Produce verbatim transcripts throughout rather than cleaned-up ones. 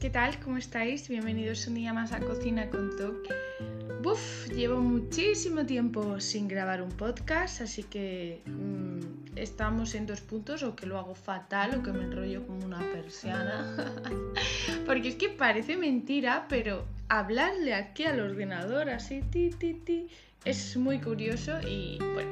¿qué tal? ¿Cómo estáis? Bienvenidos un día más a Cocina con Toc. Buf, llevo muchísimo tiempo sin grabar un podcast, así que mmm, estamos en dos puntos, o que lo hago fatal o que me enrollo como una persiana. Porque es que parece mentira, pero hablarle aquí al ordenador así, ti, ti, ti, es muy curioso y bueno,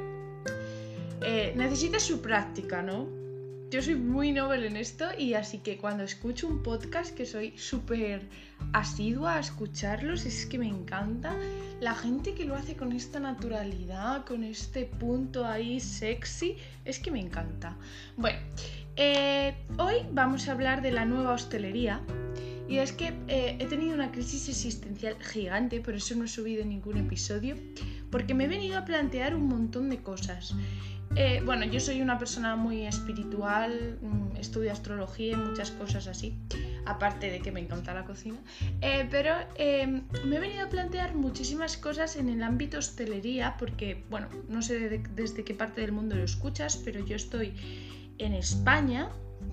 eh, necesita su práctica, ¿no? Yo soy muy novel en esto y así que cuando escucho un podcast, que soy súper asidua a escucharlos, es que me encanta la gente que lo hace con esta naturalidad, con este punto ahí sexy, es que me encanta. Bueno, eh, hoy vamos a hablar de la nueva hostelería y es que eh, he tenido una crisis existencial gigante, por eso no he subido ningún episodio, porque me he venido a plantear un montón de cosas. Eh, bueno, yo soy una persona muy espiritual, estudio astrología y muchas cosas así, aparte de que me encanta la cocina, eh, pero eh, me he venido a plantear muchísimas cosas en el ámbito hostelería, porque, bueno, no sé de, desde qué parte del mundo lo escuchas, pero yo estoy en España.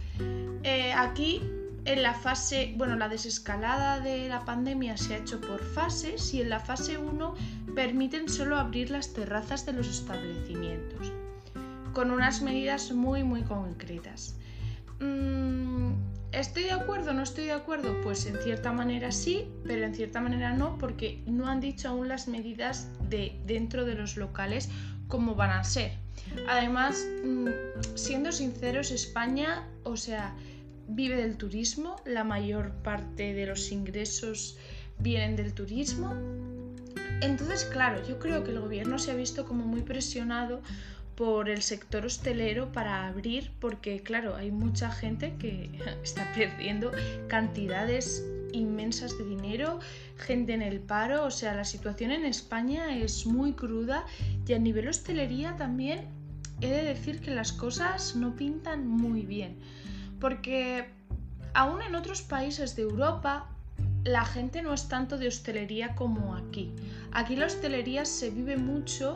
Eh, aquí en la fase, bueno, la desescalada de la pandemia se ha hecho por fases y en la fase uno permiten solo abrir las terrazas de los establecimientos, con unas medidas muy muy concretas. Mm, ¿Estoy de acuerdo o no estoy de acuerdo? Pues en cierta manera sí, pero en cierta manera no, porque no han dicho aún las medidas de dentro de los locales cómo van a ser. Además, mm, siendo sinceros, España, o sea, vive del turismo, la mayor parte de los ingresos vienen del turismo. Entonces, claro, yo creo que el gobierno se ha visto como muy presionado por el sector hostelero para abrir, porque claro, hay mucha gente que está perdiendo cantidades inmensas de dinero, gente en el paro, o sea, la situación en España es muy cruda y a nivel hostelería también he de decir que las cosas no pintan muy bien, porque aún en otros países de Europa la gente no es tanto de hostelería como aquí. Aquí la hostelería se vive mucho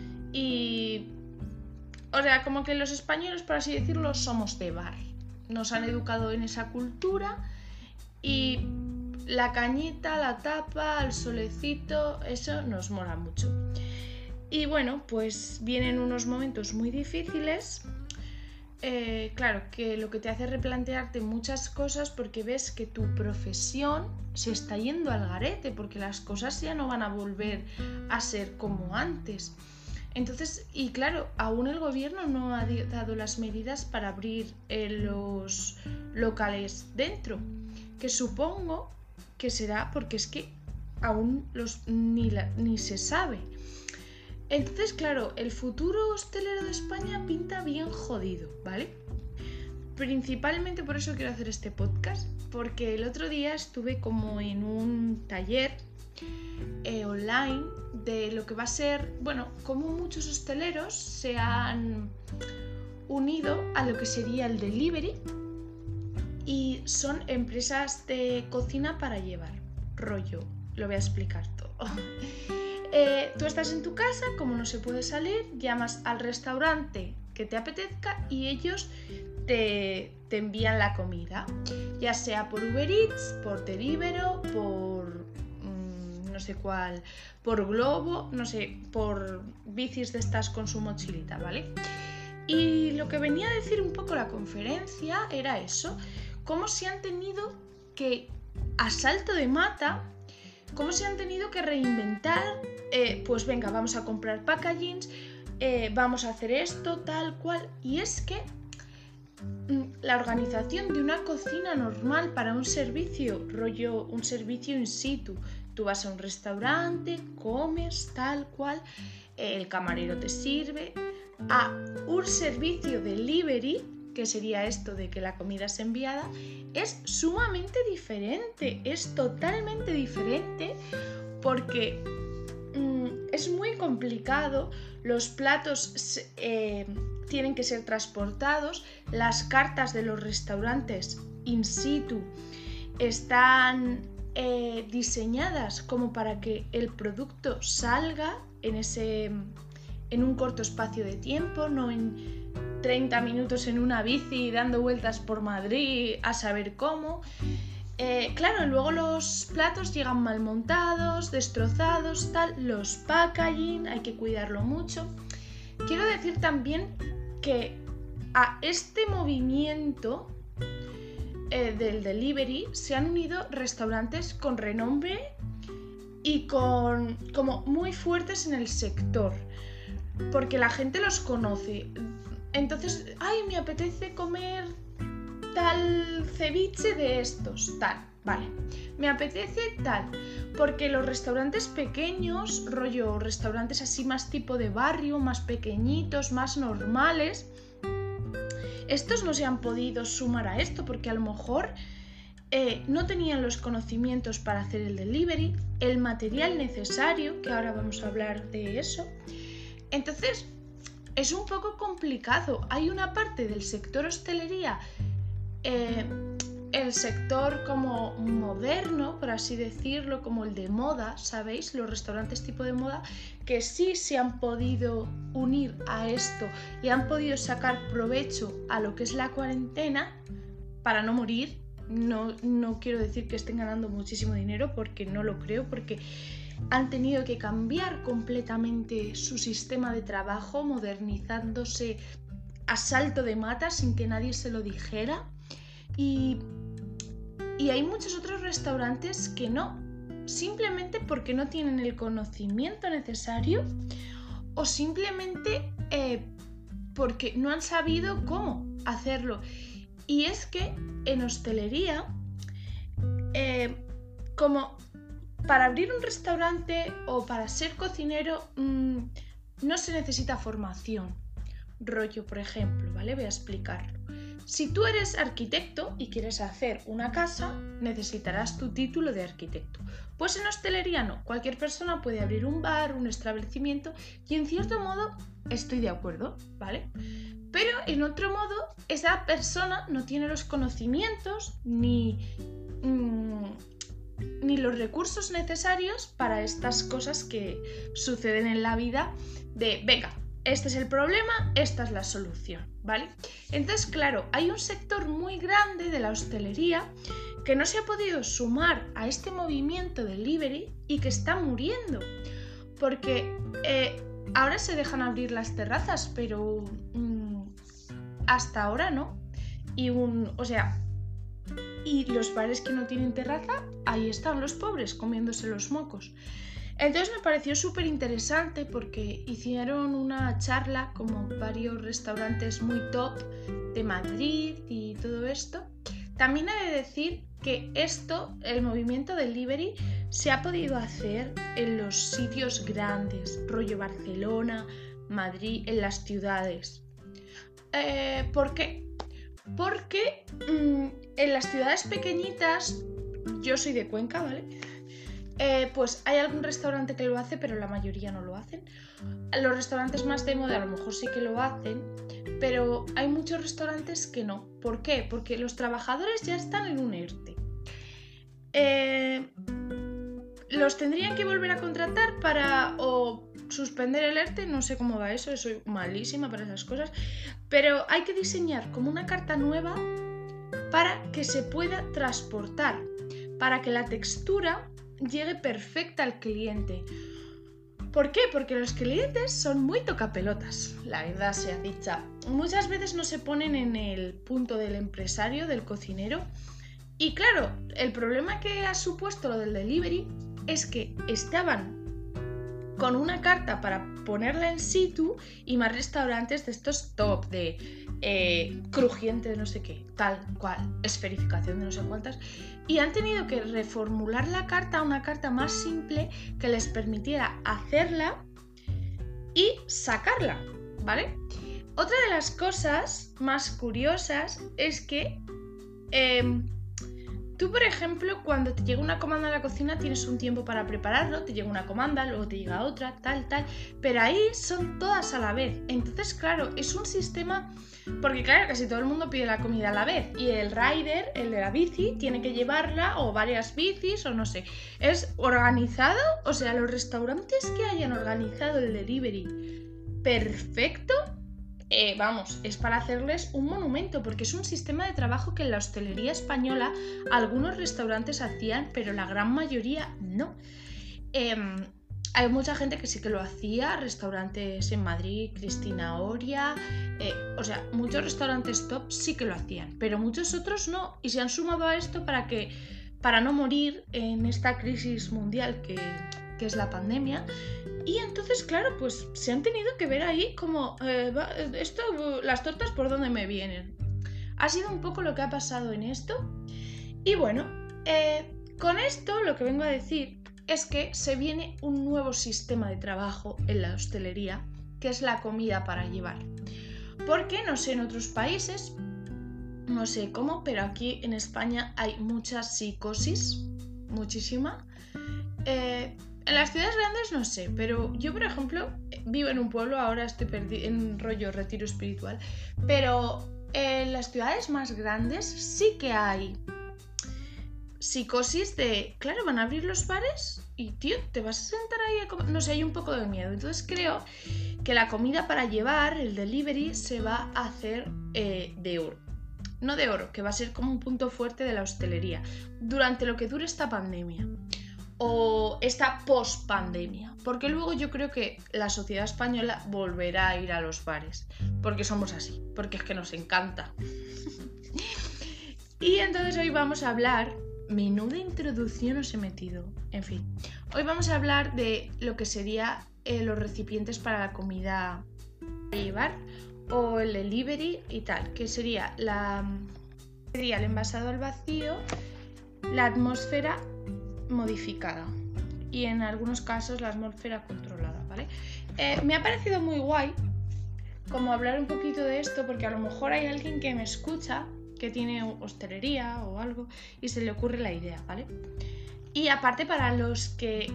y, o sea, como que los españoles, por así decirlo, somos de bar. Nos han educado en esa cultura y la cañita, la tapa, el solecito, eso nos mola mucho. Y bueno, pues vienen unos momentos muy difíciles. Eh, claro, que lo que te hace replantearte muchas cosas, porque ves que tu profesión se está yendo al garete, porque las cosas ya no van a volver a ser como antes. Entonces, y claro, aún el gobierno no ha dado las medidas para abrir eh, los locales dentro, que supongo que será porque es que aún los, ni, la, ni se sabe. Entonces, claro, el futuro hostelero de España pinta bien jodido, ¿vale? Principalmente por eso quiero hacer este podcast, porque el otro día estuve como en un taller eh, online de lo que va a ser, bueno, como muchos hosteleros se han unido a lo que sería el delivery y son empresas de cocina para llevar, rollo, lo voy a explicar todo. Eh, tú estás en tu casa, como no se puede salir, llamas al restaurante que te apetezca y ellos te, te envían la comida, ya sea por Uber Eats, por Deliveroo, por mmm, no sé cuál, por Globo, no sé, por bicis de estas con su mochilita, ¿vale? Y lo que venía a decir un poco la conferencia era eso, cómo se han tenido que, a salto de mata, cómo se han tenido que reinventar. Eh, pues venga, vamos a comprar packagings, eh, vamos a hacer esto, tal cual. Y es que mm, la organización de una cocina normal para un servicio, rollo, un servicio in situ. Tú vas a un restaurante, comes, tal cual, eh, el camarero te sirve. A un servicio delivery, que sería esto de que la comida es enviada, es sumamente diferente, es totalmente diferente, porque es muy complicado, los platos eh, tienen que ser transportados, las cartas de los restaurantes in situ están eh, diseñadas como para que el producto salga en, ese, en un corto espacio de tiempo, no en treinta minutos en una bici dando vueltas por Madrid a saber cómo. Eh, claro, luego los platos llegan mal montados, destrozados, tal, los packaging, hay que cuidarlo mucho. Quiero decir también que a este movimiento eh, del delivery se han unido restaurantes con renombre y con como muy fuertes en el sector, porque la gente los conoce. Entonces, ay, me apetece comer tal ceviche de estos, tal, vale, me apetece tal, porque los restaurantes pequeños, rollo restaurantes así más tipo de barrio, más pequeñitos, más normales, estos no se han podido sumar a esto porque a lo mejor eh, no tenían los conocimientos para hacer el delivery, el material necesario, que ahora vamos a hablar de eso. Entonces es un poco complicado. Hay una parte del sector hostelería, eh, el sector como moderno, por así decirlo, como el de moda, ¿sabéis? Los restaurantes tipo de moda, que sí se han podido unir a esto y han podido sacar provecho a lo que es la cuarentena para no morir. No, no quiero decir que estén ganando muchísimo dinero, porque no lo creo, porque han tenido que cambiar completamente su sistema de trabajo, modernizándose a salto de mata sin que nadie se lo dijera. Y, y hay muchos otros restaurantes que no, simplemente porque no tienen el conocimiento necesario o simplemente eh, porque no han sabido cómo hacerlo. Y es que en hostelería, eh, como para abrir un restaurante o para ser cocinero, mmm, no se necesita formación. Rollo, por ejemplo, ¿vale? Voy a explicarlo. Si tú eres arquitecto y quieres hacer una casa, necesitarás tu título de arquitecto. Pues en hostelería no. Cualquier persona puede abrir un bar, un establecimiento, y en cierto modo estoy de acuerdo, ¿vale? Pero en otro modo, esa persona no tiene los conocimientos ni, mmm, ni los recursos necesarios para estas cosas que suceden en la vida de, venga, este es el problema, esta es la solución, ¿vale? Entonces, claro, hay un sector muy grande de la hostelería que no se ha podido sumar a este movimiento delivery y que está muriendo. Porque eh, ahora se dejan abrir las terrazas, pero mmm, hasta ahora no. Y un, o sea, y los bares que no tienen terraza, ahí están los pobres comiéndose los mocos. Entonces me pareció súper interesante porque hicieron una charla como varios restaurantes muy top de Madrid y todo esto. También he de decir que esto, el movimiento delivery, se ha podido hacer en los sitios grandes, rollo Barcelona, Madrid, en las ciudades. Eh, ¿Por qué? Porque mmm, en las ciudades pequeñitas, yo soy de Cuenca, ¿vale? Eh, pues hay algún restaurante que lo hace, pero la mayoría no lo hacen. Los restaurantes más de moda a lo mejor sí que lo hacen, pero hay muchos restaurantes que no. ¿Por qué? Porque los trabajadores ya están en un ERTE. Eh, los tendrían que volver a contratar para o suspender el ERTE, no sé cómo va eso, soy malísima para esas cosas, pero hay que diseñar como una carta nueva para que se pueda transportar, para que la textura llegue perfecta al cliente. ¿Por qué? Porque los clientes son muy tocapelotas, la verdad sea dicha. Muchas veces no se ponen en el punto del empresario, del cocinero. Y claro, el problema que ha supuesto lo del delivery es que estaban con una carta para ponerla en situ y más restaurantes de estos top, de eh, crujiente de no sé qué, tal cual, esferificación de no sé cuántas, y han tenido que reformular la carta a una carta más simple que les permitiera hacerla y sacarla, ¿vale? Otra de las cosas más curiosas es que eh, tú, por ejemplo, cuando te llega una comanda a la cocina tienes un tiempo para prepararlo, te llega una comanda, luego te llega otra, tal, tal, pero ahí son todas a la vez. Entonces, claro, es un sistema, porque claro, casi todo el mundo pide la comida a la vez y el rider, el de la bici, tiene que llevarla o varias bicis o no sé. Es organizado, o sea, los restaurantes que hayan organizado el delivery perfecto, eh, vamos, es para hacerles un monumento, porque es un sistema de trabajo que en la hostelería española algunos restaurantes hacían, pero la gran mayoría no. Eh, hay mucha gente que sí que lo hacía, restaurantes en Madrid, Cristina Oria, eh, o sea, muchos restaurantes top sí que lo hacían, pero muchos otros no, y se han sumado a esto para que, para no morir en esta crisis mundial que, que es la pandemia. Y entonces, claro, pues se han tenido que ver ahí como, eh, va, esto, las tortas por dónde me vienen. Ha sido un poco lo que ha pasado en esto. Y bueno, eh, con esto lo que vengo a decir es que se viene un nuevo sistema de trabajo en la hostelería, que es la comida para llevar. Porque no sé en otros países, no sé cómo, pero aquí en España hay mucha psicosis, muchísima. Eh... En las ciudades grandes no sé, pero yo, por ejemplo, vivo en un pueblo, ahora estoy perdi- en rollo retiro espiritual, pero en las ciudades más grandes sí que hay psicosis de, claro, van a abrir los bares y, tío, te vas a sentar ahí a comer, no sé, hay un poco de miedo. Entonces creo que la comida para llevar, el delivery, se va a hacer eh, de oro. No de oro, que va a ser como un punto fuerte de la hostelería durante lo que dure esta pandemia. O esta post-pandemia, porque luego yo creo que la sociedad española volverá a ir a los bares, porque somos así, porque es que nos encanta. Y entonces hoy vamos a hablar, menuda introducción os he metido, en fin, hoy vamos a hablar de lo que sería eh, los recipientes para la comida a llevar, o el delivery y tal, que sería, la, sería el envasado al vacío, la atmósfera modificada y en algunos casos la atmósfera controlada, ¿vale? Eh, me ha parecido muy guay como hablar un poquito de esto, porque a lo mejor hay alguien que me escucha que tiene hostelería o algo y se le ocurre la idea, ¿vale? Y aparte para los que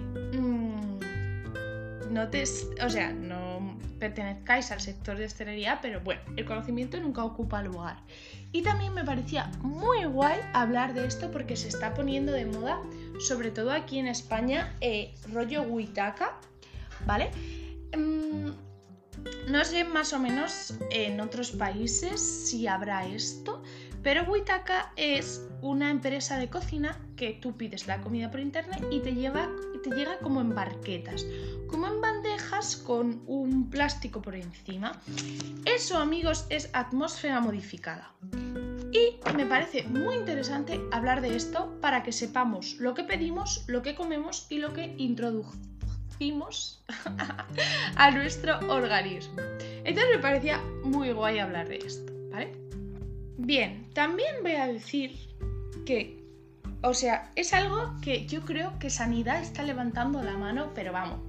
mmm, no te, o sea, no pertenezcáis al sector de hostelería, pero bueno, el conocimiento nunca ocupa lugar. Y también me parecía muy guay hablar de esto porque se está poniendo de moda, sobre todo aquí en España, eh, rollo Witaka, ¿vale? Mm, no sé más o menos en otros países si habrá esto, pero Witaka es una empresa de cocina que tú pides la comida por internet y te, lleva, te llega como en barquetas, como en bandejas con un plástico por encima. Eso, amigos, es atmósfera modificada. Y me parece muy interesante hablar de esto para que sepamos lo que pedimos, lo que comemos y lo que introducimos a nuestro organismo. Entonces me parecía muy guay hablar de esto, ¿vale? Bien, también voy a decir que, o sea, es algo que yo creo que Sanidad está levantando la mano, pero vamos,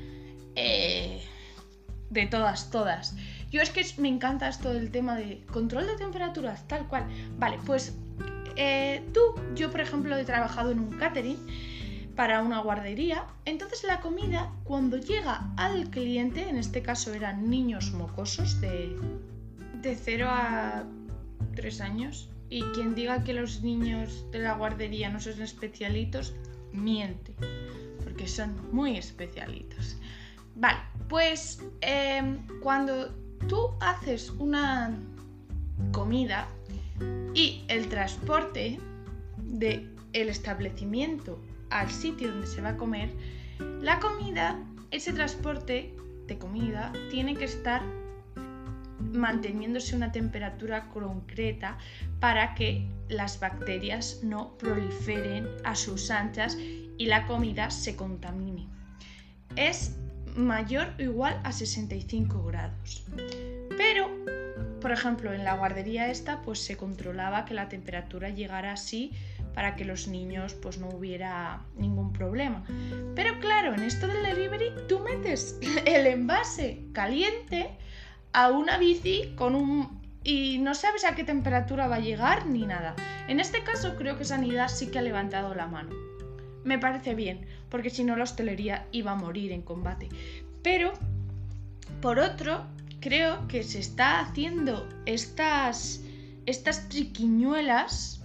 eh, de todas, todas. Yo es que me encanta esto del tema de control de temperaturas, tal cual. Vale, pues eh, tú, yo por ejemplo he trabajado en un catering para una guardería, entonces la comida cuando llega al cliente, en este caso eran niños mocosos de, de cero a tres años, y quien diga que los niños de la guardería no son especialitos, miente, porque son muy especialitos. Vale, pues eh, cuando tú haces una comida y el transporte del establecimiento al sitio donde se va a comer, la comida, ese transporte de comida tiene que estar manteniéndose una temperatura concreta para que las bacterias no proliferen a sus anchas y la comida se contamine. Es mayor o igual a sesenta y cinco grados. Pero, por ejemplo, en la guardería esta, pues se controlaba que la temperatura llegara así para que los niños pues no hubiera ningún problema. Pero claro, en esto del delivery tú metes el envase caliente a una bici con un y no sabes a qué temperatura va a llegar ni nada. En este caso creo que Sanidad sí que ha levantado la mano. Me parece bien, porque si no la hostelería iba a morir en combate. Pero, por otro, creo que se está haciendo estas, estas triquiñuelas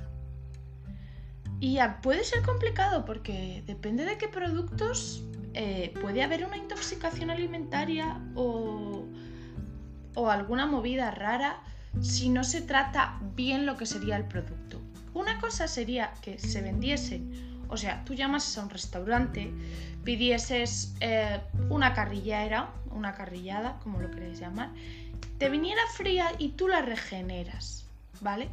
y puede ser complicado porque depende de qué productos eh, puede haber una intoxicación alimentaria o, o o alguna movida rara si no se trata bien lo que sería el producto. Una cosa sería que se vendiesen, o sea, tú llamas a un restaurante, pidieses eh, una carrillera, una carrillada, como lo queréis llamar, te viniera fría y tú la regeneras, ¿vale?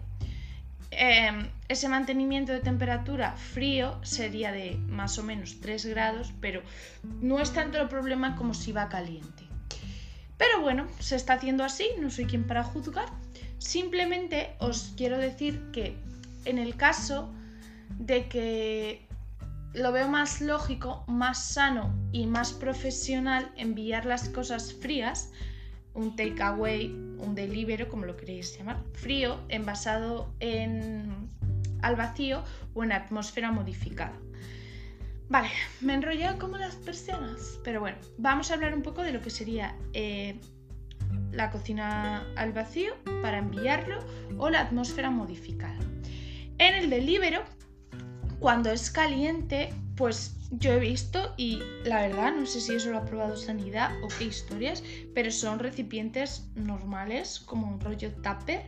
Eh, ese mantenimiento de temperatura frío sería de más o menos tres grados, pero no es tanto el problema como si va caliente. Pero bueno, se está haciendo así, no soy quien para juzgar. Simplemente os quiero decir que en el caso de que lo veo más lógico, más sano y más profesional enviar las cosas frías, un takeaway, un delivery, como lo queréis llamar, frío, envasado en al vacío o en atmósfera modificada. Vale, me he enrollado como las persianas, pero bueno, vamos a hablar un poco de lo que sería eh, la cocina al vacío para enviarlo o la atmósfera modificada. En el delivery, cuando es caliente, pues yo he visto, y la verdad no sé si eso lo ha probado Sanidad o qué historias, pero son recipientes normales, como un rollo tupper.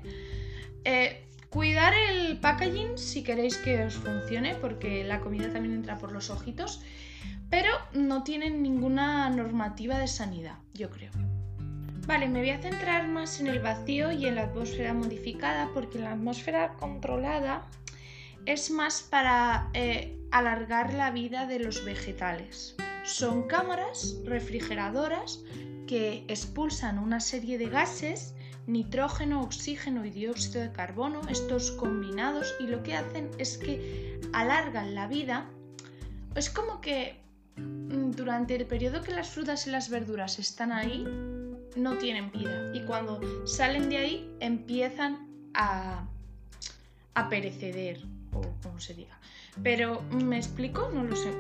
Eh, cuidar el packaging si queréis que os funcione, porque la comida también entra por los ojitos, pero no tienen ninguna normativa de sanidad, yo creo. Vale, me voy a centrar más en el vacío y en la atmósfera modificada, porque la atmósfera controlada es más para eh, alargar la vida de los vegetales. Son cámaras refrigeradoras que expulsan una serie de gases, nitrógeno, oxígeno y dióxido de carbono, estos combinados, y lo que hacen es que alargan la vida. Es como que durante el periodo que las frutas y las verduras están ahí, no tienen vida, y cuando salen de ahí empiezan a, a pereceder, o como se diga. Pero, ¿me explico? No lo sé.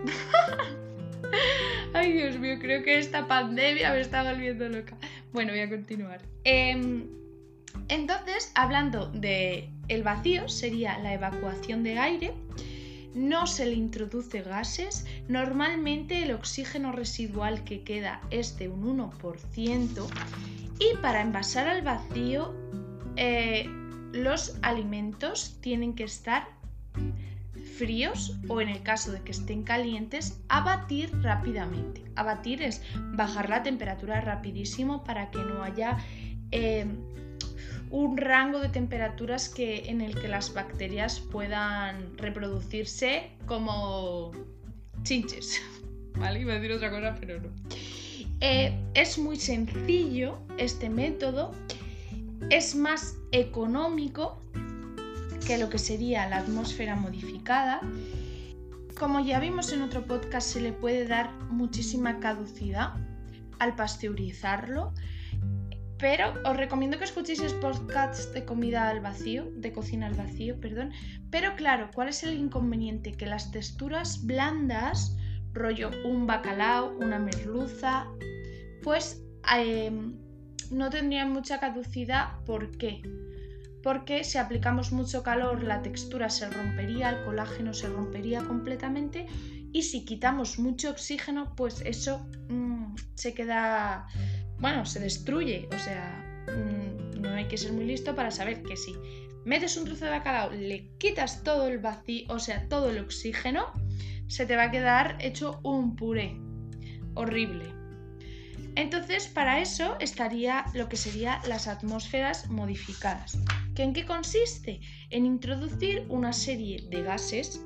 Ay, Dios mío, creo que esta pandemia me está volviendo loca. Bueno, voy a continuar. Eh, entonces, hablando de el vacío, sería la evacuación de aire. No se le introduce gases. Normalmente el oxígeno residual que queda es de un uno por ciento. Y para envasar al vacío, eh, los alimentos tienen que estar fríos, o en el caso de que estén calientes, abatir rápidamente. Abatir es bajar la temperatura rapidísimo para que no haya eh, un rango de temperaturas que, en el que las bacterias puedan reproducirse como chinches. ¿Vale? Iba a decir otra cosa, pero no. Eh, es muy sencillo este método, es más económico que lo que sería la atmósfera modificada. Como ya vimos en otro podcast, se le puede dar muchísima caducidad al pasteurizarlo, pero os recomiendo que escuchéis podcasts de comida al vacío, de cocina al vacío, perdón. Pero claro, ¿cuál es el inconveniente? Que las texturas blandas, rollo un bacalao, una merluza, pues eh, no tendrían mucha caducidad. ¿Por qué? Porque si aplicamos mucho calor, la textura se rompería, el colágeno se rompería completamente, y si quitamos mucho oxígeno, pues eso mmm, se queda, bueno, se destruye. O sea, mmm, no hay que ser muy listo para saber que si metes un trozo de bacalao, le quitas todo el vacío, o sea, todo el oxígeno, se te va a quedar hecho un puré horrible. Entonces, para eso estaría lo que serían las atmósferas modificadas. ¿Que en qué consiste? En introducir una serie de gases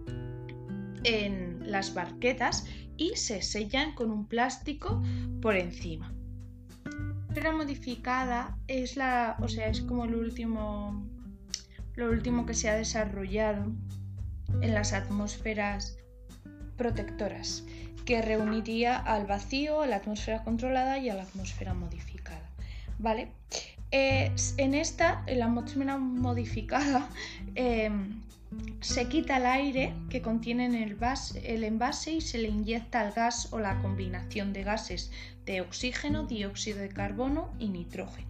en las barquetas y se sellan con un plástico por encima. La modificada es la, o sea, es como lo último, lo último que se ha desarrollado en las atmósferas protectoras, que reuniría al vacío, a la atmósfera controlada y a la atmósfera modificada. ¿Vale? Eh, en esta, en la atmósfera modificada, eh, se quita el aire que contiene en el, base, el envase y se le inyecta el gas o la combinación de gases de oxígeno, dióxido de carbono y nitrógeno.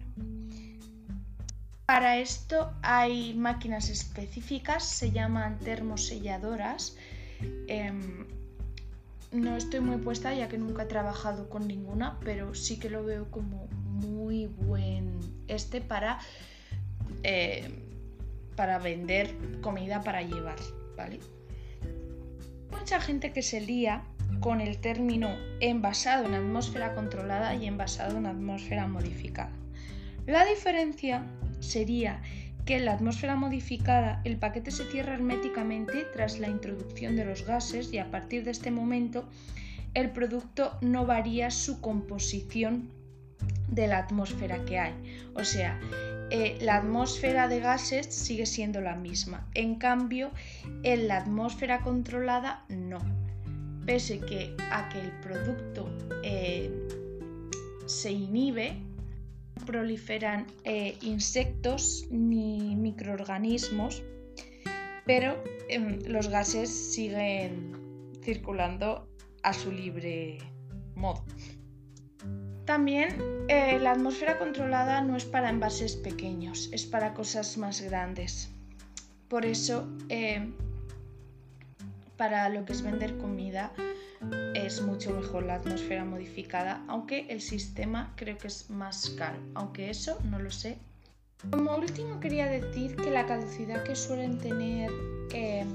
Para esto hay máquinas específicas, se llaman termoselladoras. Eh, no estoy muy puesta ya que nunca he trabajado con ninguna, pero sí que lo veo como muy buen este para, eh, para vender comida para llevar, ¿vale? Mucha gente que se lía con el término envasado en atmósfera controlada y envasado en atmósfera modificada. La diferencia sería que en la atmósfera modificada el paquete se cierra herméticamente tras la introducción de los gases y a partir de este momento el producto no varía su composición de la atmósfera que hay. O sea, eh, la atmósfera de gases sigue siendo la misma. En cambio, en la atmósfera controlada no. Pese que a que el producto eh, se inhibe, no proliferan eh, insectos ni microorganismos, pero eh, los gases siguen circulando a su libre modo. También eh, la atmósfera controlada no es para envases pequeños, es para cosas más grandes. Por eso, eh, para lo que es vender comida, es mucho mejor la atmósfera modificada, aunque el sistema creo que es más caro, aunque eso no lo sé. Como último quería decir que la caducidad que suelen tener eh,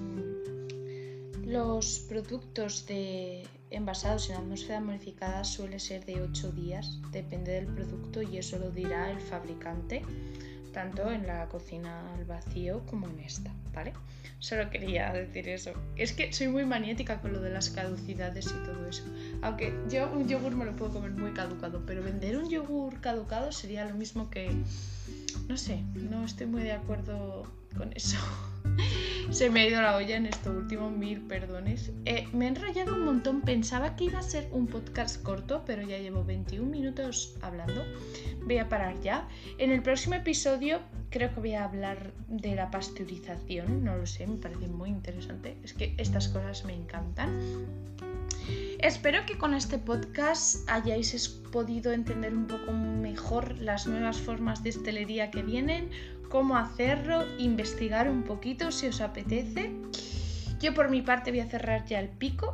los productos de envasados en atmósfera modificada suele ser de ocho días, depende del producto y eso lo dirá el fabricante, tanto en la cocina al vacío como en esta, ¿vale? Solo quería decir eso. Es que soy muy maniática con lo de las caducidades y todo eso. Aunque yo un yogur me lo puedo comer muy caducado, pero vender un yogur caducado sería lo mismo que... No sé, no estoy muy de acuerdo con eso. Se me ha ido la olla en esto último, mil perdones. Eh, me he enrollado un montón, pensaba que iba a ser un podcast corto, pero ya llevo veintiún minutos hablando. Voy a parar ya. En el próximo episodio creo que voy a hablar de la pasteurización, no lo sé, me parece muy interesante. Es que estas cosas me encantan. Espero que con este podcast hayáis podido entender un poco mejor las nuevas formas de hostelería que vienen, cómo hacerlo, investigar un poquito si os apetece. Yo por mi parte voy a cerrar ya el pico.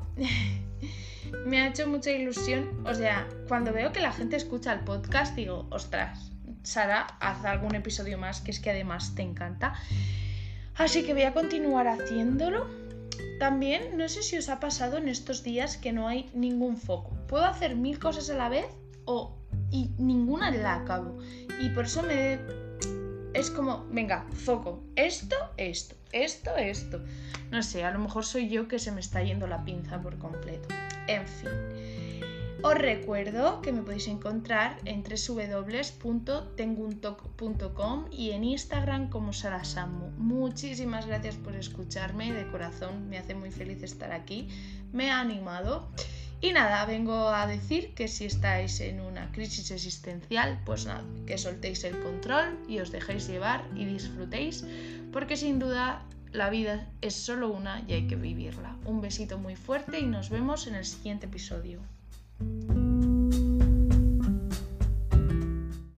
Me ha hecho mucha ilusión, o sea, cuando veo que la gente escucha el podcast digo, ostras, Sara, haz algún episodio más, que es que además te encanta. Así que voy a continuar haciéndolo. También, no sé si os ha pasado en estos días que no hay ningún foco. Puedo hacer mil cosas a la vez o y ninguna la acabo. Y por eso me... Es como, venga, foco. Esto, esto, esto, esto. No sé, a lo mejor soy yo que se me está yendo la pinza por completo. En fin. Os recuerdo que me podéis encontrar en doble u doble u doble u punto tenguntoc punto com y en Instagram como Sara Sammu. Muchísimas gracias por escucharme, de corazón, me hace muy feliz estar aquí, me ha animado. Y nada, vengo a decir que si estáis en una crisis existencial, pues nada, que soltéis el control y os dejéis llevar y disfrutéis, porque sin duda la vida es solo una y hay que vivirla. Un besito muy fuerte y nos vemos en el siguiente episodio.